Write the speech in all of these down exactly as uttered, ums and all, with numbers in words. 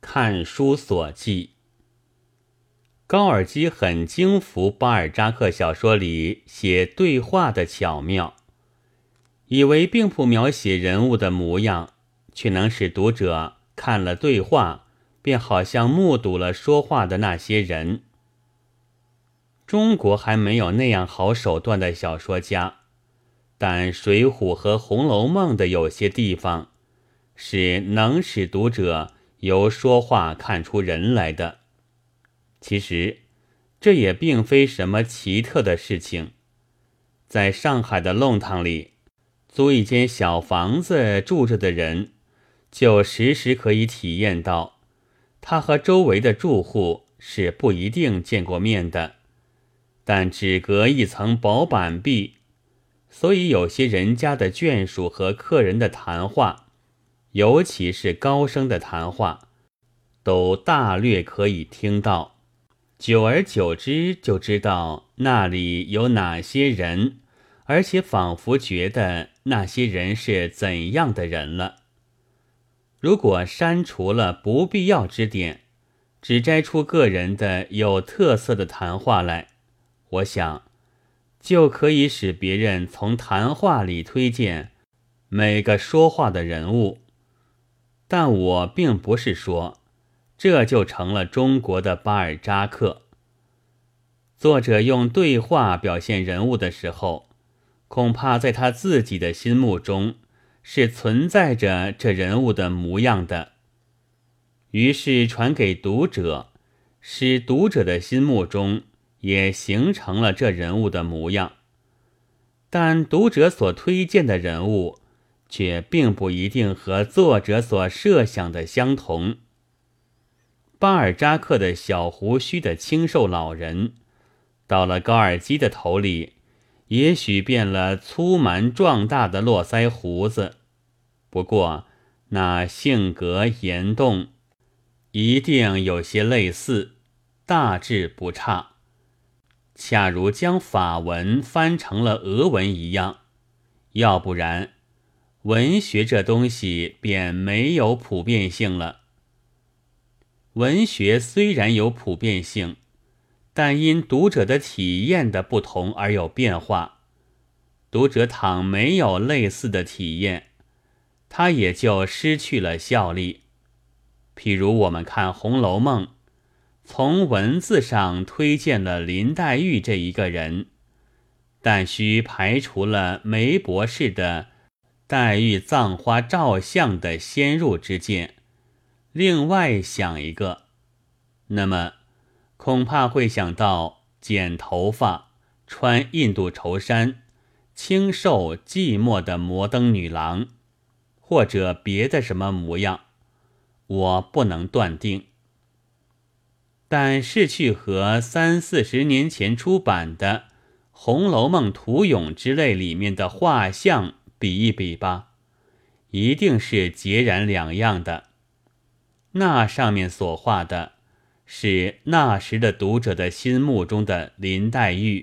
看书所记。高尔基很惊服巴尔扎克小说里写对话的巧妙，以为并不描写人物的模样，却能使读者看了对话，便好像目睹了说话的那些人。中国还没有那样好手段的小说家，但《水浒》和《红楼梦》的有些地方是能使读者由说话看出人来的。其实这也并非什么奇特的事情，在上海的弄堂里租一间小房子住着的人，就时时可以体验到他和周围的住户是不一定见过面的，但只隔一层薄板壁，所以有些人家的眷属和客人的谈话，尤其是高声的谈话，都大略可以听到。久而久之就知道那里有哪些人，而且仿佛觉得那些人是怎样的人了。如果删除了不必要之点，只摘出个人的有特色的谈话来，我想就可以使别人从谈话里推荐每个说话的人物。但我并不是说这就成了中国的巴尔扎克。作者用对话表现人物的时候，恐怕在他自己的心目中是存在着这人物的模样的，于是传给读者，使读者的心目中也形成了这人物的模样。但读者所推荐的人物却并不一定和作者所设想的相同。巴尔扎克的小胡须的清瘦老人，到了高尔基的头里，也许变了粗蛮壮大的络腮胡子，不过那性格言动一定有些类似，大致不差，恰如将法文翻成了俄文一样，要不然文学这东西便没有普遍性了。文学虽然有普遍性，但因读者的体验的不同而有变化。读者倘没有类似的体验，他也就失去了效力。譬如我们看《红楼梦》，从文字上推荐了林黛玉这一个人，但须排除了梅博士的黛玉葬花照相的先入之见，另外想一个，那么恐怕会想到剪头发、穿印度绸衫、清瘦寂寞的摩登女郎，或者别的什么模样，我不能断定。但是去和三四十年前出版的《红楼梦图咏》之类里面的画像比一比吧，一定是截然两样的。那上面所画的是那时的读者的心目中的林黛玉。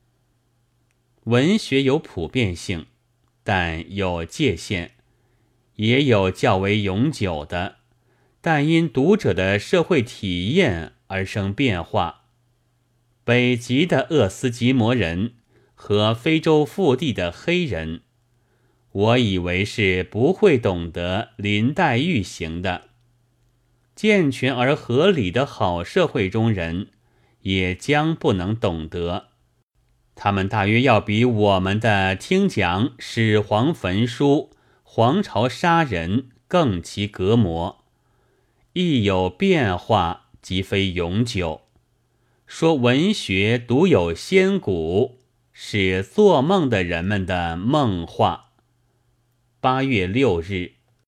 文学有普遍性，但有界限，也有较为永久的，但因读者的社会体验而生变化。北极的厄斯吉摩人和非洲腹地的黑人，我以为是不会懂得林黛玉型的。健全而合理的好社会中人也将不能懂得，他们大约要比我们的听讲始皇焚书、皇朝杀人更其隔膜。亦有变化，即非永久。说文学独有仙骨，是做梦的人们的梦话。八月六日。